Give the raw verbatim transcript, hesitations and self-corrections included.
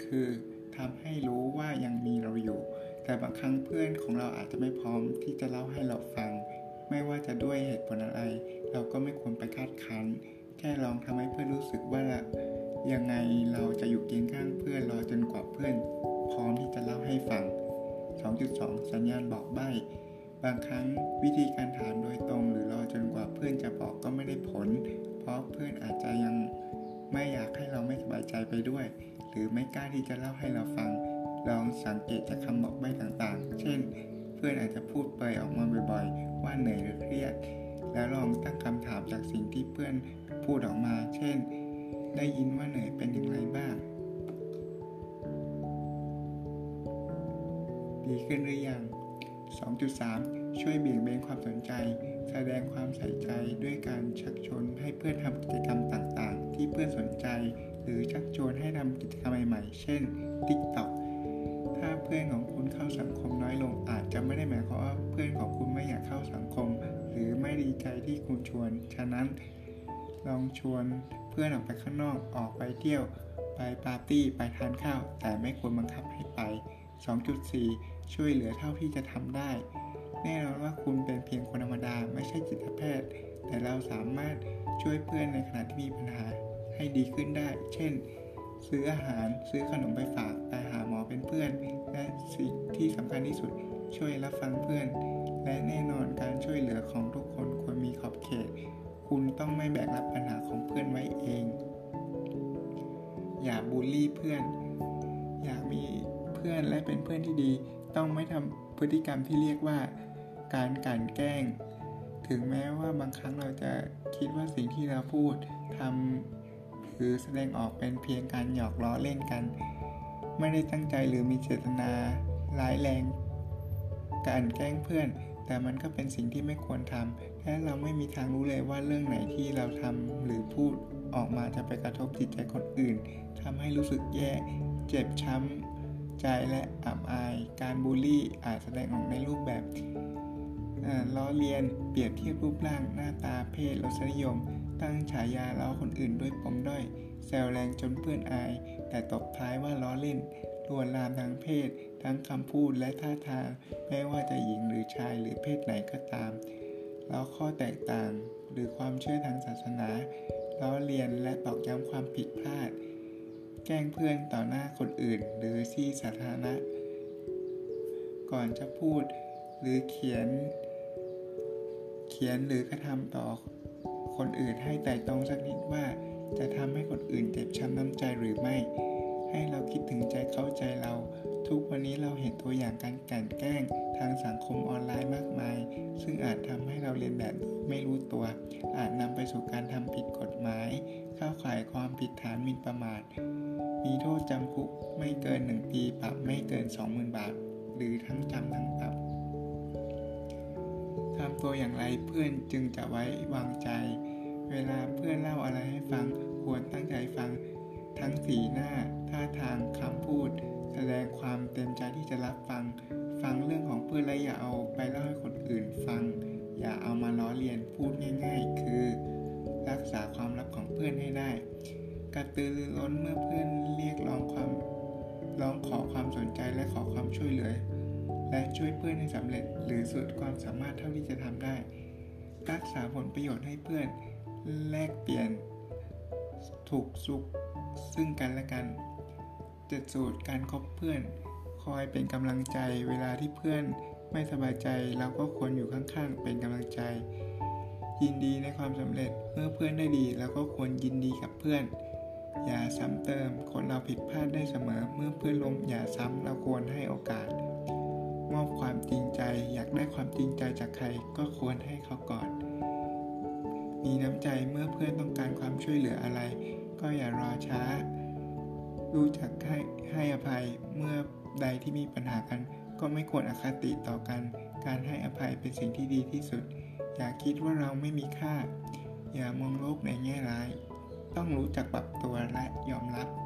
คือทำให้รู้ว่ายังมีเราอยู่แต่บางครั้งเพื่อนของเราอาจจะไม่พร้อมที่จะเล่าให้เราฟังไม่ว่าจะด้วยเหตุผลอะไรเราก็ไม่ควรไปคาดคั้นแค่ลองทำให้เพื่อนรู้สึกว่ายังไงเราจะอยู่เคียงข้างเพื่อนรอจนกว่าเพื่อนพร้อมที่จะเล่าให้ฟัง สองจุดสอง สัญญาณบอกใบ้บางครั้งวิธีการถามโดยตรงหรือรอจนกว่าเพื่อนจะบอกก็ไม่ได้ผลเพราะเพื่อนอาจจะยังไม่อยากให้เราไม่สบายใจไปด้วยหรือไม่กล้าที่จะเล่าให้เราฟังลองสังเกตจากคำบอกใบ้ต่างๆเช่นเพื่อนอาจจะพูดเปรยออกมาบ่อยๆว่าเหนื่อยหรือเครียดแล้วลองตั้งคำถามจากสิ่งที่เพื่อนพูดออกมาเช่นได้ยินว่าเหนื่อยเป็นอย่างไรบ้างดีขึ้นหรือยัง สองจุดสาม ช่วยเบี่ยงเบนความสนใจแสดงความใส่ใจด้วยการชักชวนให้เพื่อนทำกิจกรรมต่างๆที่เพื่อนสนใจหรือชักชวนให้ทำกิจกรรมใหม่ๆเช่น TikTok ถ้าเพื่อนของคุณเข้าสังคมน้อยลงอาจจะไม่ได้หมายความว่าเพื่อนของคุณไม่อยากเข้าสังคมหรือไม่ดีใจที่คุณชวนฉะนั้นลองชวนเพื่อนออกไปข้างนอกออกไปเที่ยวไปปาร์ตี้ไปทานข้าวแต่ไม่ควรบังคับให้ไป สองจุดสี่ ช่วยเหลือเท่าที่จะทำได้แน่นอนว่าคุณเป็นเพียงคนธรรมดาไม่ใช่จิตแพทย์แต่เราสามารถช่วยเพื่อนในขณะที่มีปัญหาให้ดีขึ้นได้เช่นซื้ออาหารซื้อขนมไปฝากไปหาหมอเป็นเพื่อนและสิ่งที่สำคัญที่สุดช่วยรับฟังเพื่อนและแน่นอนการช่วยเหลือของทุกคนควรมีขอบเขตคุณต้องไม่แบกรับปัญหาของเพื่อนไว้เองอย่าบูลลี่เพื่อนอยากมีเพื่อนและเป็นเพื่อนที่ดีต้องไม่ทำพฤติกรรมที่เรียกว่าการกลั่นแกล้งถึงแม้ว่าบางครั้งเราจะคิดว่าสิ่งที่เราพูดทำหรือแสดงออกเป็นเพียงการหยอกล้อเล่นกันไม่ได้ตั้งใจหรือมีเจตนาร้ายแรงกลั่นแกล้งเพื่อนแต่มันก็เป็นสิ่งที่ไม่ควรทำและเราไม่มีทางรู้เลยว่าเรื่องไหนที่เราทำหรือพูดออกมาจะไปกระทบจิตใจคนอื่นทำให้รู้สึกแย่เจ็บช้ำใจและอับอายการบูลลี่อาจแสดงออกในรูปแบบล้อเลียนเปรียบเทียบรูปร่างหน้าตาเพศรสนิยมตั้งฉายาล้อคนอื่นด้วยปมด้อยแซวแรงจนเพื่อนอายแต่ตบท้ายว่าล้อเล่นลวนลามทางเพศทั้งคำพูดและท่าทางไม่ว่าจะหญิงหรือชายหรือเพศไหนก็ตามล้อข้อแตกต่างหรือความเชื่อทางศาสนาล้อเลียนและตอกย้ำความผิดพลาดแกล้งเพื่อนต่อหน้าคนอื่นหรือที่สาธารณะก่อนจะพูดหรือเขียนเขียนหรือกระทำต่อคนอื่นให้ไตร่ตรองสักนิดว่าจะทำให้คนอื่นเจ็บช้ำน้ำใจหรือไม่ให้เราคิดถึงใจเข้าใจเราทุกวันนี้เราเห็นตัวอย่างการกลั่นแกล้งทางสังคมออนไลน์มากมายซึ่งอาจทำให้เราเรียนแบบไม่รู้ตัวอาจนำไปสู่การทำผิดกฎหมายเข้าข่ายความผิดฐานหมิ่นประมาทมีโทษจำคุกไม่เกินหนึ่งปีปรับไม่เกิน สองหมื่น บาทหรือทั้งจำทั้งปรับทำตัวอย่างไรเพื่อนจึงจะไว้วางใจเวลาเพื่อนเล่าอะไรให้ฟังควรตั้งใจฟังทั้งสีหน้าท่าทางคำพูดแสดงความเต็มใจที่จะรับฟังฟังเรื่องของเพื่อนและอย่าเอาไปเล่าให้คนอื่นฟังอย่าเอามาล้อเลียนพูดง่ายๆคือรักษาความลับของเพื่อนให้ได้กระตือรือร้นเมื่อเพื่อนเรียกร้องความร้องขอความสนใจและขอความช่วยเหลือและช่วยเพื่อนให้สำเร็จหรือสุดความสามารถเท่าที่จะทำได้รักษาผลประโยชน์ให้เพื่อนแลกเปลี่ยนถูกสุขซึ่งกันและกันเจ็ดสูตรการคบเพื่อนคอยเป็นกำลังใจเวลาที่เพื่อนไม่สบายใจเราก็ควรอยู่ข้างๆเป็นกำลังใจยินดีในความสำเร็จเมื่อเพื่อนได้ดีเราก็ควรยินดีกับเพื่อนอย่าซ้ำเติมคนเราผิดพลาดได้เสมอเมื่อเพื่อนล้มอย่าซ้ำเราควรให้โอกาสมอบความจริงใจอยากได้ความจริงใจจากใครก็ควรให้เขาก่อนมีน้ำใจเมื่อเพื่อนต้องการความช่วยเหลืออะไรก็อย่ารอช้ารู้จักให้ให้อภัยเมื่อใดที่มีปัญหากันก็ไม่ควรอคติต่อกันการให้อภัยเป็นสิ่งที่ดีที่สุดอย่าคิดว่าเราไม่มีค่าอย่ามองโลกในแง่ร้ายต้องรู้จักปรับตัวและยอมรับ